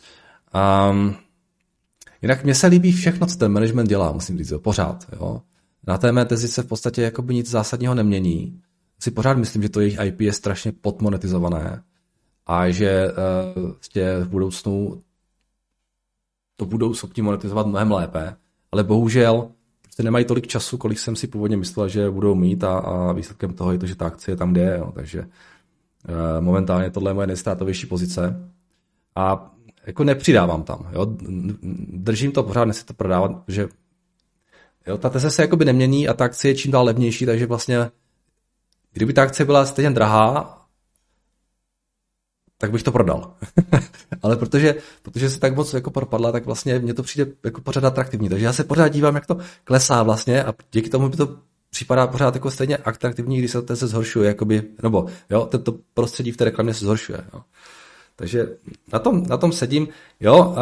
Jinak mně se líbí všechno, co ten management dělá, musím říct, pořád. Jo. Na té mé tezi se v podstatě jakoby nic zásadního nemění. Si pořád myslím, že to jejich IP je strašně podmonetizované a že v budoucnu to budou schopni monetizovat mnohem lépe, ale bohužel prostě nemají tolik času, kolik jsem si původně myslel, že budou mít a výsledkem toho je to, že ta akcie je tam, kde je. Jo. Takže momentálně tohle je moje nejztrátovější pozice a jako nepřidávám tam. Jo. Držím to pořád, nechci to prodávat, že jo, ta teze se jakoby nemění a ta akcie je čím dál levnější, takže vlastně kdyby ta akcie byla stejně drahá, tak bych to prodal. Ale protože se tak moc jako propadla, tak vlastně mně to přijde jako pořád atraktivní. Takže já se pořád dívám, jak to klesá vlastně a díky tomu by to připadá pořád jako stejně atraktivní, když se to zhoršuje, jakoby, nebo jo, to prostředí v té reklamě se zhoršuje. Jo. Takže na tom sedím. Jo,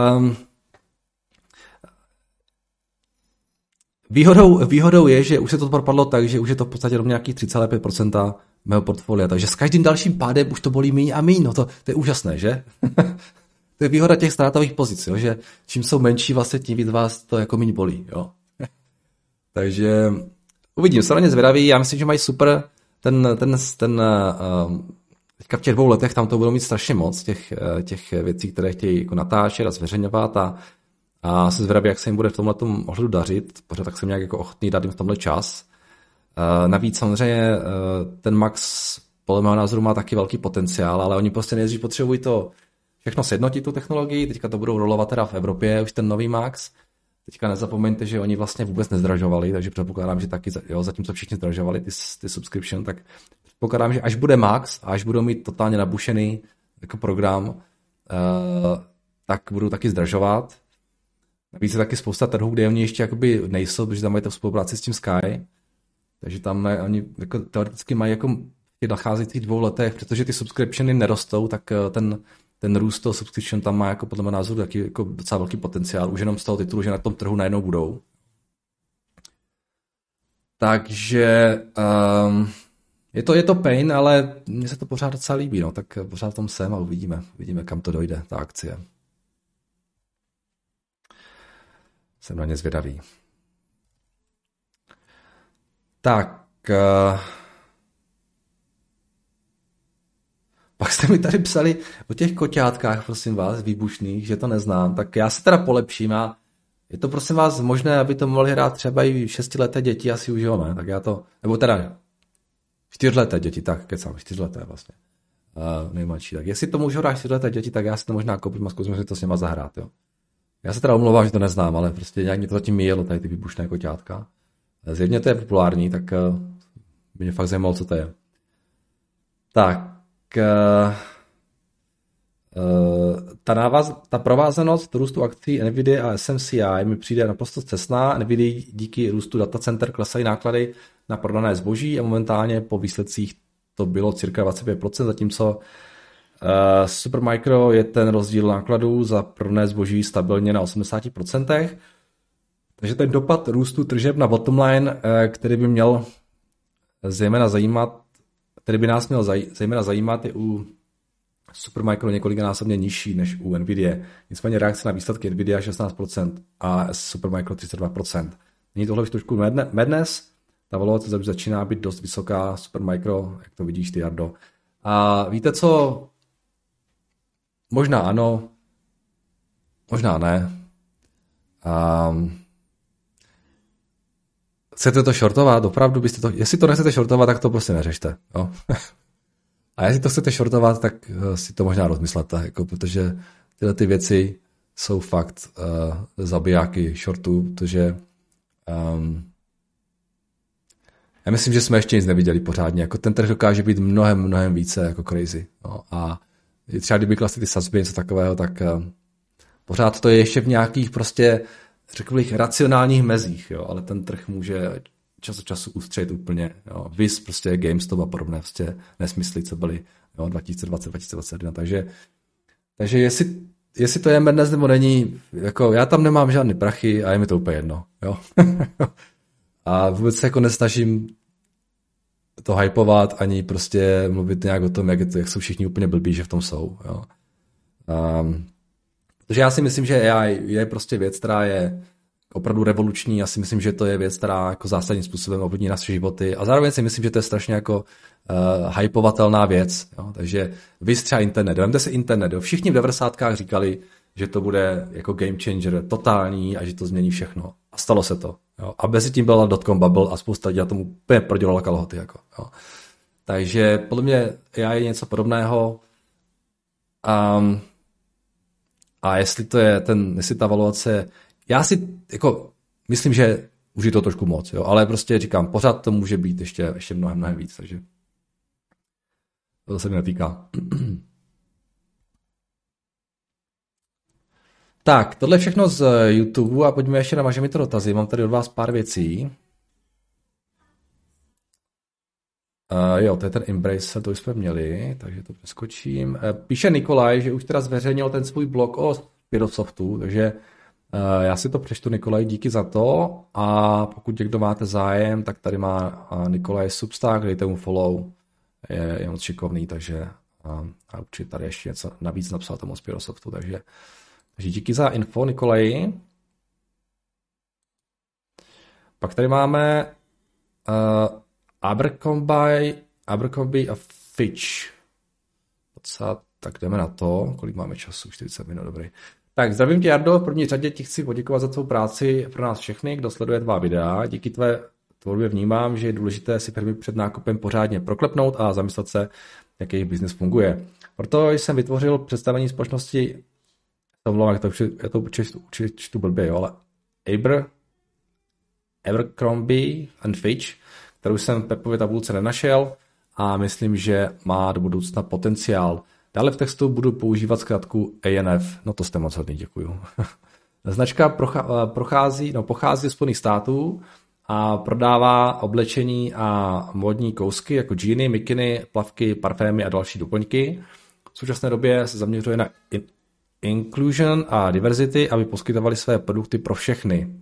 výhodou je, že už se to propadlo tak, že už je to v podstatě rovně nějakých 3,5% mého portfolia, takže s každým dalším pádem už to bolí míň a míň, no to je úžasné, že? To je výhoda těch ztrátových pozic, jo? Že čím jsou menší, vlastně tím víc vás to jako míň bolí, jo? Takže uvidím, jsem na ně zvědavý, já myslím, že mají super teďka v těch 2 letech tam to budou mít strašně moc, těch věcí, které chtějí jako natáčet a zveřejňovat a jsem zvědavý, jak se jim bude v tomhletom ohledu dařit, protože tak jsem nějak jako ochotný dát jim v tomhle čas. Navíc samozřejmě ten Max podle mého názoru má taky velký potenciál, ale oni prostě nejdřív potřebují to všechno sjednotit, tu technologii, teďka to budou rolovat teda v Evropě, už ten nový Max. Teďka nezapomeňte, že oni vlastně vůbec nezdražovali, takže předpokládám, že taky, jo, zatímco všichni zdražovali ty subscription, tak předpokládám, že až bude Max a až budou mít totálně nabušený jako program, tak budou taky zdražovat. Navíc je taky spousta trhů, kde oni ještě jakoby nejsou, protože tam mají to v spolupráci s tím Sky, takže tam oni jako teoreticky mají jako v těch nacházejících 2 letech, protože ty subscriptiony nerostou, tak ten růst toho subscription tam má jako podle mého názoru taky jako docela velký potenciál, už jenom z toho titulu, že na tom trhu najednou budou. Takže je to pain, ale mně se to pořád docela líbí, no, tak pořád v tom jsem a uvidíme, kam to dojde, ta akcie. Jsem na ně zvědavý. Tak. Pak jste mi tady psali o těch koťátkách, prosím vás, výbušných, že to neznám. Tak já se teda polepším a je to prosím vás možné, aby to mohli hrát třeba i 6leté děti, asi už jo, ne? Tak já to, nebo teda 4leté děti, tak kecám, 4leté vlastně. Nejmladší. Tak jestli to můžu hrát 4leté děti, tak já si to možná koupím a zkusím si to s něma zahrát, jo. Já se teda omlouvám, že to neznám, ale prostě nějak mě to zatím míjelo, tady ty výbušné koťátka. Zjevně to je populární, tak by mě fakt zajímalo, co to je. Tak, ta provázanost růstu akcí Nvidia a SMCI mi přijde naprosto cestná. Nvidia díky růstu datacenter klesají náklady na prodané zboží a momentálně po výsledcích to bylo cirka 25%, zatímco Supermicro je ten rozdíl nákladů za prodané zboží stabilně na 80%. Takže ten dopad růstu tržeb na bottom line, který by měl zejména zajímat, který by nás měl zejména zajímat, je u Supermicro několikanásobně nižší než u Nvidia. Nicméně reakce na výsledky Nvidia 16% a Supermicro 32%. Není tohle už trošku madness? Ta valuace začíná být dost vysoká, Supermicro, jak to vidíš ty, Jardo. A víte co? Možná ano, možná ne. Chcete to shortovat? Opravdu byste to... Jestli to nechcete shortovat, tak to prostě neřešte. Jo? A jestli to chcete shortovat, tak si to možná rozmyslete, jako, protože tyhle ty věci jsou fakt zabijáky shortů, protože já myslím, že jsme ještě nic neviděli pořádně. Jako ten trh dokáže být mnohem více jako crazy. No, a třeba kdyby klasy ty sazby, něco takového, tak pořád to je ještě v nějakých prostě, řekl bych, racionálních mezích, jo, ale ten trh může čas od času ustřelit úplně. Jo. Vys prostě GameStop a podobné prostě nesmysly, co byly 2020, 2021. Takže jestli to je madness nebo není, jako já tam nemám žádný prachy a je mi to úplně jedno. Jo. A vůbec se jako nesnažím to hypovat, ani prostě mluvit nějak o tom, jak jsou všichni úplně blbí, že v tom jsou. Jo. Protože já si myslím, že AI je prostě věc, která je opravdu revoluční. Já si myslím, že to je věc, která jako zásadním způsobem ovlivní naše životy. A zároveň si myslím, že to je strašně jako hypovatelná věc. Jo. Takže vy třeba internet, vemte si internet. Jo. Všichni v 90kách říkali, že to bude jako game changer totální a že to změní všechno. A stalo se to. Jo. A mezi tím byla dotcom bubble a spousta lidí na tomu úplně prodělala kalhoty. Jako, jo. Takže podle mě AI je něco podobného. A jestli to je jestli ta valuace, já si jako myslím, že už je to trošku moc, jo, ale prostě říkám, pořád to může být ještě mnohem víc, takže to se mi netýká. Tak, tohle je všechno z YouTube a pojďme ještě na vaše dotazy. Mám tady od vás pár věcí. Jo, to je ten Embracer, to už jsme měli, takže to přeskočím. Píše Nikolaj, že už teda zveřejnil ten svůj blog o Spirosoftu, takže já si to přečtu, Nikolaj, díky za to. A pokud někdo máte zájem, tak tady má Nikolaj Substack, dejte mu follow, je moc šikovný, takže a určitě tady ještě něco navíc napsal tomu Spirosoftu, takže díky za info, Nikolaji. Pak tady máme Abercrombie a Fitch. Tak jdeme na to. Kolik máme času? 40 minut, dobrý. Tak zdravím tě, Jardo. V první řadě ti chci poděkovat za tvou práci pro nás všechny, kdo sleduje tvá videa. Díky tvé tvorbě vnímám, že je důležité si firmy před nákupem pořádně proklepnout a zamyslet se, jak jejich biznis funguje. Proto jsem vytvořil představení společnosti, já to čtu blbě, jo, ale Abercrombie and Fitch, kterou jsem v Pepově tabulce nenašel a myslím, že má do budoucna potenciál. Dále v textu budu používat zkrátku ANF. No to jste moc hodný, děkuju. Značka pochází ze Spojených států a prodává oblečení a módní kousky jako džíny, mikiny, plavky, parfémy a další doplňky. V současné době se zaměřuje na inclusion a diversity, aby poskytovali své produkty pro všechny.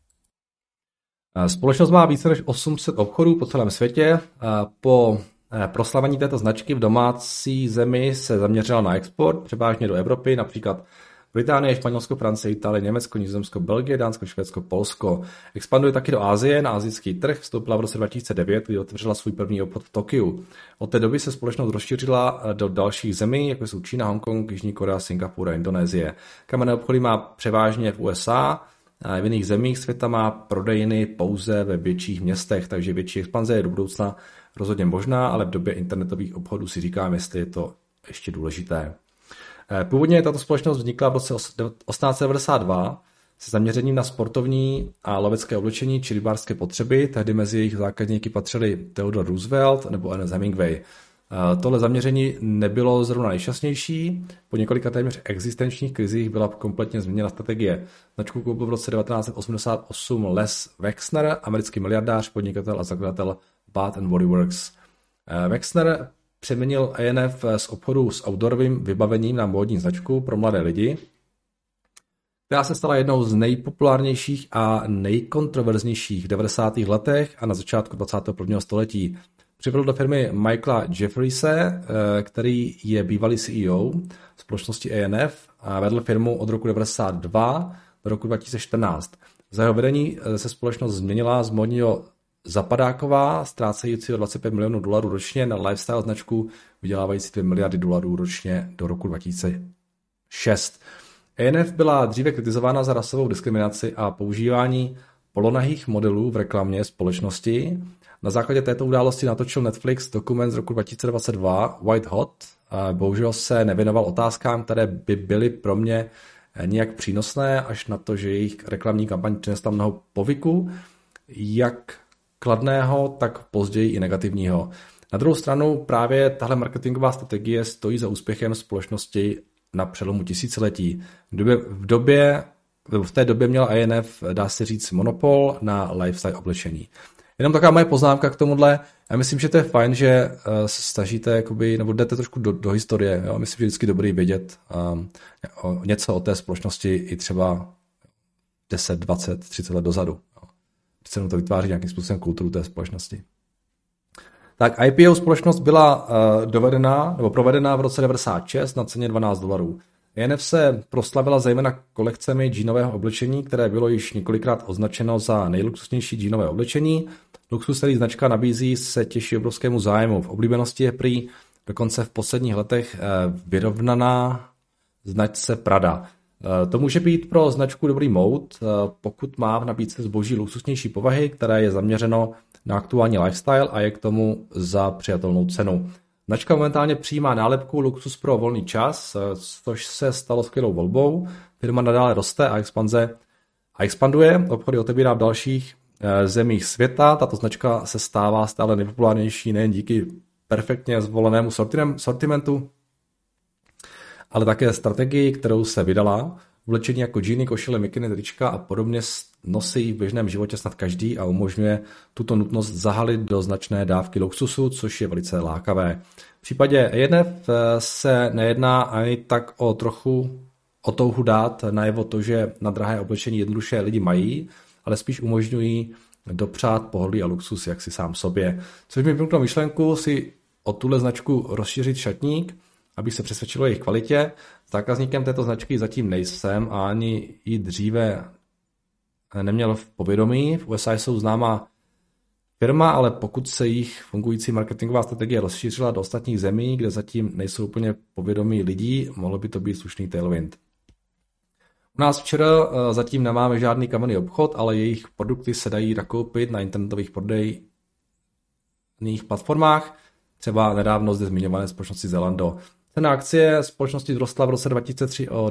Společnost má více než 800 obchodů po celém světě. Po proslavení této značky v domácí zemi se zaměřila na export, převážně do Evropy, například Británie, Španělsko, Francie, Itálie, Německo, Nizozemsko, Belgie, Dánsko, Švédsko, Polsko. Expanduje taky do Asie, na asijský trh, vstoupila v roce 2009, kdy otevřela svůj první obchod v Tokiu. Od té doby se společnost rozšířila do dalších zemí, jako jsou Čína, Hongkong, Jižní Korea, Singapur a Indonésie. Kamenné obchody má převážně v USA, a v jiných zemích světa má prodejny pouze ve větších městech, takže větší expanze je do budoucna rozhodně možná, ale v době internetových obchodů si říkám, jestli je to ještě důležité. Původně tato společnost vznikla v roce 1892 se zaměřením na sportovní a lovecké oblečení či rybářské potřeby. Tehdy mezi jejich zákazníky patřili Theodore Roosevelt nebo Ernest Hemingway. Tohle zaměření nebylo zrovna nejšťastnější. Po několika téměř existenčních krizích byla kompletně změněna strategie. Značku koupil v roce 1988 Les Wexner, americký miliardář, podnikatel a zakladatel Bath and Body Works. Wexner přeměnil ANF z obchodu s outdoorovým vybavením na módní značku pro mladé lidi, která se stala jednou z nejpopulárnějších a nejkontroverznějších v 90. letech a na začátku 21. století. Přivedl do firmy Michaela Jeffriese, který je bývalý CEO společnosti ANF a vedl firmu od roku 1992 do roku 2014. Za jeho vedení se společnost změnila z módního zapadáková, ztrácejícího $25 milionů ročně, na lifestyle značku vydělávající $2 miliardy ročně do roku 2006. ANF byla dříve kritizována za rasovou diskriminaci a používání polonahých modelů v reklamě společnosti. Na základě této události natočil Netflix dokument z roku 2022 White Hot. Bohužel se nevěnoval otázkám, které by byly pro mě nijak přínosné, až na to, že jejich reklamní kampaň přinesla mnoho povyku, jak kladného, tak později i negativního. Na druhou stranu právě tahle marketingová strategie stojí za úspěchem společnosti na přelomu tisíciletí. V té době měl ANF, dá se říct, monopol na lifestyle oblečení. Jenom taková moje poznámka k tomuhle. Já myslím, že to je fajn, že se snažíte, jakoby, nebo jdete trošku do historie. Jo? Myslím, že je vždycky dobrý vědět něco o té společnosti i třeba 10, 20, 30 let dozadu. Přece to vytváří nějakým způsobem kulturu té společnosti. Tak IPO společnost byla provedena v roce 1996 na ceně $12. ANF se proslavila zejména kolekcemi džínového oblečení, které bylo již několikrát označeno za nejluxusnější džínové oblečení. Luxus, který značka nabízí, se těší obrovskému zájmu. V oblíbenosti je prý dokonce v posledních letech vyrovnaná značce Prada. To může být pro značku dobrý mout, pokud má v nabídce zboží luxusnější povahy, které je zaměřeno na aktuální lifestyle a je k tomu za přijatelnou cenu. Značka momentálně přijímá nálepku Luxus pro volný čas, což se stalo skvělou volbou. Firma nadále roste a expanduje. Obchody otevírá v dalších zemích světa. Tato značka se stává stále nejpopulárnější nejen díky perfektně zvolenému sortimentu, ale také strategii, kterou se vydala. Oblečení jako džíny, košile, mikiny, trička a podobně nosí v běžném životě snad každý a umožňuje tuto nutnost zahalit do značné dávky luxusu, což je velice lákavé. V případě ENF se nejedná ani tak o touhu dát najevo to, že na drahé oblečení jednoduše lidi mají, ale spíš umožňují dopřát pohodlí a luxus jaksi sám sobě. Což mi vymklo myšlenku si o tuhle značku rozšířit šatník, abych se přesvědčil o jejich kvalitě. Zákazníkem této značky zatím nejsem a ani ji dříve neměl v povědomí. V USA jsou známá firma, ale pokud se jich fungující marketingová strategie rozšířila do ostatních zemí, kde zatím nejsou úplně povědomí lidí, mohlo by to být slušný tailwind. U nás včera zatím nemáme žádný kamenný obchod, ale jejich produkty se dají nakoupit na internetových prodejných platformách, třeba nedávno zde zmiňované společnosti Zalando. Cena akcie společnosti vzrostla v roce 2003 o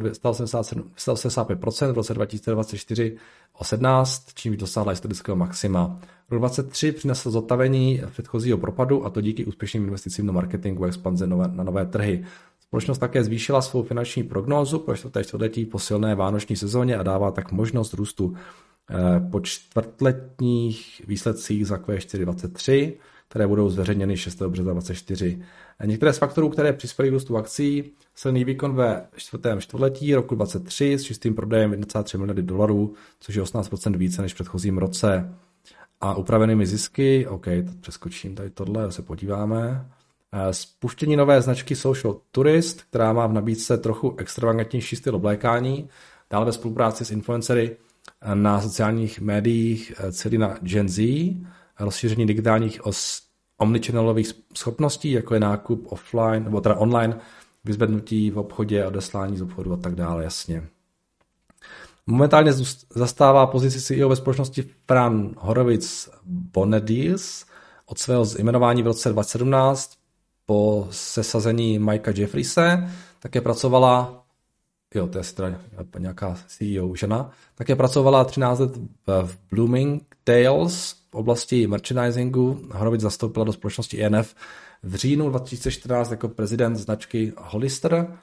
185%, v roce 2024 o 17%, čímž dosáhla historického maxima. Rok 2023 přinesl zotavení předchozího propadu, a to díky úspěšným investicím do marketingu a expanze na nové trhy. Společnost také zvýšila svou finanční prognózu pro čtvrtletí po silné vánoční sezóně a dává tak možnost růstu po čtvrtletních výsledcích za Q4 23, které budou zveřejněny 6. března 2024. Některé z faktorů, které přispěly k růstu akcí, silný výkon ve čtvrtém čtvrtletí roku 2023 s čistým prodejem 1,3 miliardy dolarů, což je 18% více než v předchozím roce. A upravenými zisky, OK, přeskočím tady tohle, se podíváme. Spuštění nové značky Social Tourist, která má v nabídce trochu extravagantnější styl oblékání, dále ve spolupráci s influencery na sociálních médiích celý na Gen Z, rozšíření digitálních omnichannelových schopností, jako je nákup offline, nebo teda online, vyzvednutí v obchodě, odeslání z obchodu a tak dále, jasně. Momentálně zastává pozici CEO ve společnosti Fran Horowitz Bonedis od svého jmenování v roce 2017 po sesazení Mikea Jeffriese. Také pracovala, to je teda nějaká CEO žena, také pracovala 13 let v Bloomingdale's v oblasti merchandisingu. Horowitz zastoupila do společnosti ENF v říjnu 2014 jako prezident značky Hollister,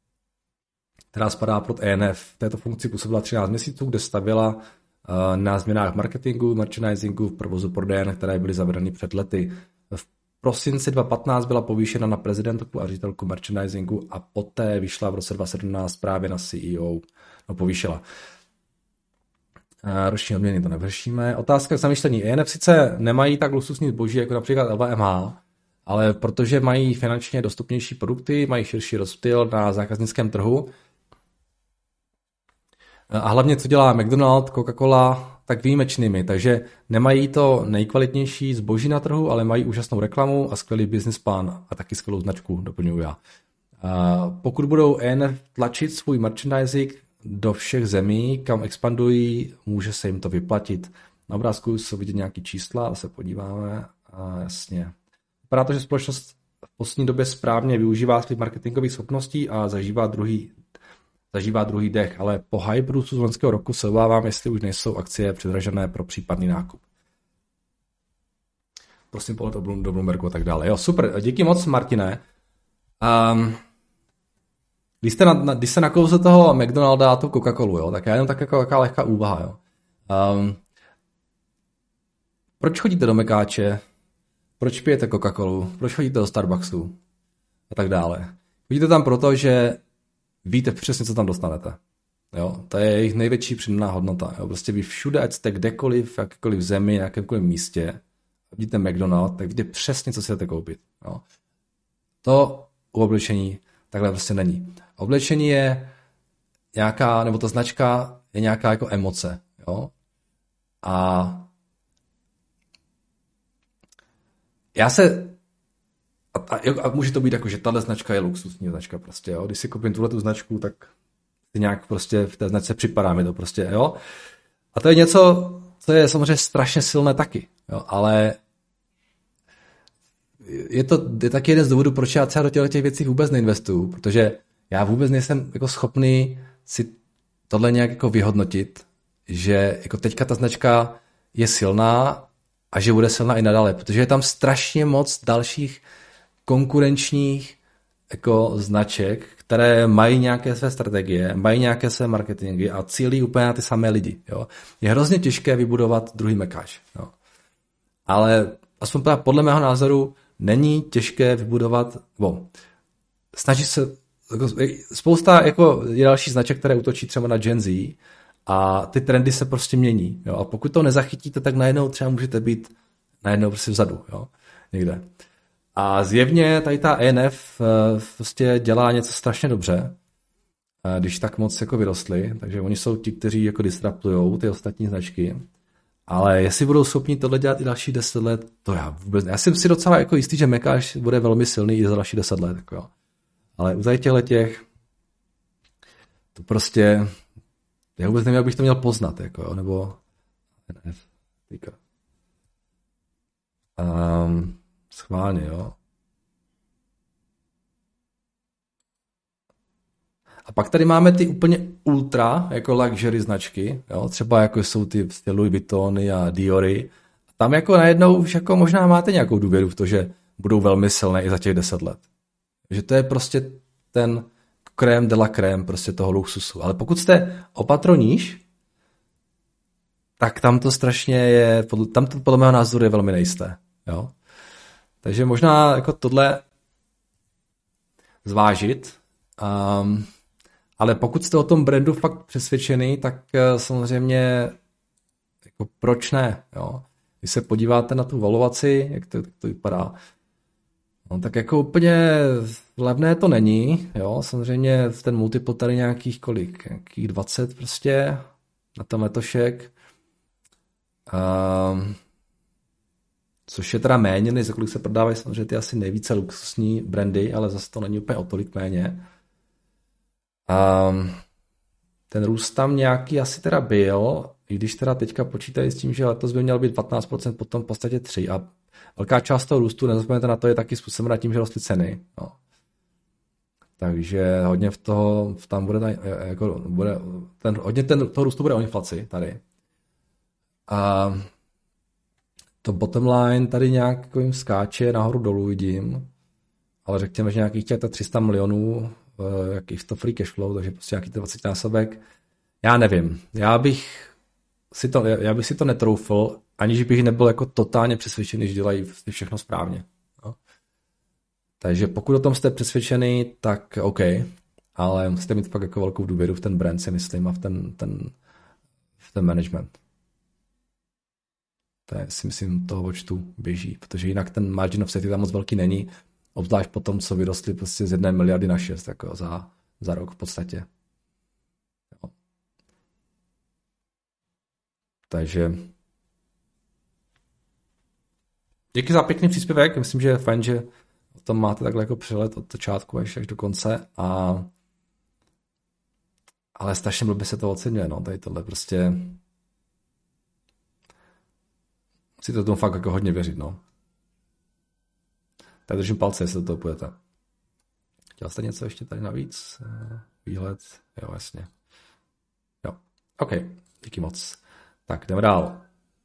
která spadá pod ENF. V této funkci působila 13 měsíců, kde stavěla na změnách marketingu, merchandisingu, v provozu prodejen, které byly zavedeny před lety. V prosinci 2015 byla povýšena na prezidentku a ředitelku merchandisingu a poté vyšla v roce 2017 právě na CEO. Povýšila. Roční odměny to nevršíme. Otázka k zamýšlení. ENF sice nemají tak luxusní zboží jako například LVMH, ale protože mají finančně dostupnější produkty, mají širší rozptyl na zákaznickém trhu. A hlavně, co dělá McDonald's, Coca-Cola, tak výjimečnými. Takže nemají to nejkvalitnější zboží na trhu, ale mají úžasnou reklamu a skvělý business plán a taky skvělou značku, doplňuji já. Pokud budou ENF tlačit svůj merchandising do všech zemí, kam expandují, může se jim to vyplatit. Na obrázku jsou vidět nějaký čísla, se podíváme. Jasně. Vypadá to, že společnost v poslední době správně využívá svých marketingových schopností a zažívá druhý dech, ale po hype růstu z loňského roku se obávám, jestli už nejsou akcie předražené pro případný nákup. Prosím pohled do Bloombergu a tak dále. Jo, super, díky moc, Martine. Když se nakousl toho McDonalda a tu Coca-Colu, jo, tak já jenom tak jako jaká lehká úvaha. Jo. Proč chodíte do Mekáče? Proč pijete Coca-Colu? Proč chodíte do Starbucksu? A tak dále. Chodíte tam proto, že víte přesně, co tam dostanete. Jo? To je jejich největší přidaná hodnota. Jo? Prostě vy všude, ať jste kdekoliv, v jakékoliv zemi, na jakémkoliv místě, vidíte McDonald's, tak víte přesně, co si jdete koupit. Jo? To u oblečení takhle prostě není. Oblečení je nějaká, nebo ta značka je nějaká jako emoce. Jo? A může to být jako, že tahle značka je luxusní značka prostě, jo. Když si koupím tuhletu značku, tak si nějak prostě v té značce připadá mi to prostě, jo. A to je něco, co je samozřejmě strašně silné taky, jo, ale je taky jeden z důvodů, proč já třeba do těch věcí vůbec neinvestuju, protože já vůbec nejsem jako schopný si tohle nějak jako vyhodnotit, že jako teďka ta značka je silná a že bude silná i nadále, protože je tam strašně moc dalších konkurenčních jako značek, které mají nějaké své strategie, mají nějaké své marketingy a cílí úplně na ty samé lidi. Jo. Je hrozně těžké vybudovat druhý Mekáč. Jo. Ale aspoň podle mého názoru není těžké vybudovat, snaží se, spousta jako je další značek, které útočí třeba na Gen Z a ty trendy se prostě mění. Jo. A pokud to nezachytíte, tak najednou třeba můžete být najednou prostě vzadu. Jo. Někde. A zjevně tady ta ENF prostě dělá něco strašně dobře, když tak moc jako vyrostli, takže oni jsou ti, kteří jako disruptujou ty ostatní značky, ale jestli budou schopni tohle dělat i další 10 let, to já vůbec. Já jsem si docela jako jistý, že Mekáč bude velmi silný i za další 10 let. Jako jo. Ale u těch to prostě, já vůbec nevím, jak bych to měl poznat, jako jo, nebo ENF. Schválně, jo. A pak tady máme ty úplně ultra, jako luxury značky, jo, třeba jako jsou ty Louis Vuittony a Diory. Tam jako najednou už jako možná máte nějakou důvěru v to, že budou velmi silné i za těch 10 let. Že to je prostě ten crème de la crème prostě toho luxusu. Ale pokud jste opatroníž, tak tam to strašně je, tam to podle mého názoru je velmi nejisté, jo. Takže možná jako tohle zvážit, ale pokud jste o tom brandu fakt přesvědčený, tak samozřejmě jako proč ne, jo. Když se podíváte na tu valuaci, jak to vypadá, no, tak jako úplně levné to není, jo. Samozřejmě ten multiple tady nějakých 20 prostě na ten letošek. Což je teda méně, než za kolik se prodávají samozřejmě ty asi nejvíce luxusní brandy, ale zase to není úplně o tolik méně. Ten růst tam nějaký asi teda byl, i když teda teďka počítají s tím, že letos by měl být 15%, potom v podstatě 3%. A velká část toho růstu, nezapomeňte na to, je taky způsobena tím, že rostly ceny. No. Takže hodně tam bude, hodně toho růstu bude o inflaci tady. To bottom line tady nějak jako jim skáče, nahoru dolů vidím, ale řekněme, že nějakých 300 milionů, jaký to free cash flow, takže prostě nějaký 20 násobek. Já nevím, já bych si to netroufl, aniž bych nebyl jako totálně přesvědčený, že dělají všechno správně. No. Takže pokud o tom jste přesvědčený, tak OK, ale musíte mít fakt jako velkou důvěru v ten brand, si myslím, a v ten management. To je, si myslím, toho očtu běží, protože jinak ten margin of safety tam moc velký není, obzvlášť po tom, co vyrostli prostě z 1 miliardy na 6 jako za rok v podstatě. Jo. Takže díky za pěkný příspěvek, myslím, že je fajn, že o tom máte takhle jako přehled od začátku až do konce, ale strašně blbě se to oceňuje, no, tady tohle prostě musíte tomu fakt jako hodně věřit, no. Tak držím palce, jestli do toho půjdete. Chtěl jste něco ještě tady navíc? Výhled? Jo, jasně. Jo, OK, díky moc. Tak, jdeme dál.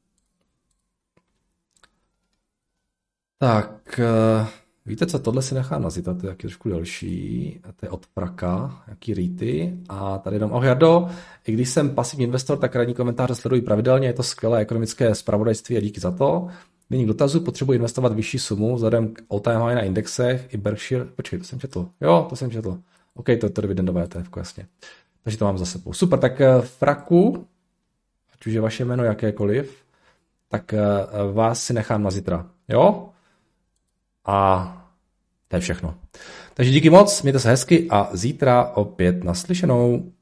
Tak, víte co, tohle si nechám nazít, to je taky trošku delší, to je od Praka, jaký rýty, a tady dám, Jardo, i když jsem pasivní investor, tak radní komentáře sleduji pravidelně, je to skvělé ekonomické zpravodajství a díky za to. Nyní k dotazu, potřebuji investovat vyšší sumu, vzhledem k all-time high na indexech i Berkshire, počkej, to jsem četl, jo, to jsem četl, OK, to je to dividendové ETF, jasně, takže to mám za sebou. Super, tak Fraku, ať už je vaše jméno jakékoliv, tak vás si nechám na zítra, jo? A to je všechno. Takže díky moc, mějte se hezky a zítra opět naslyšenou.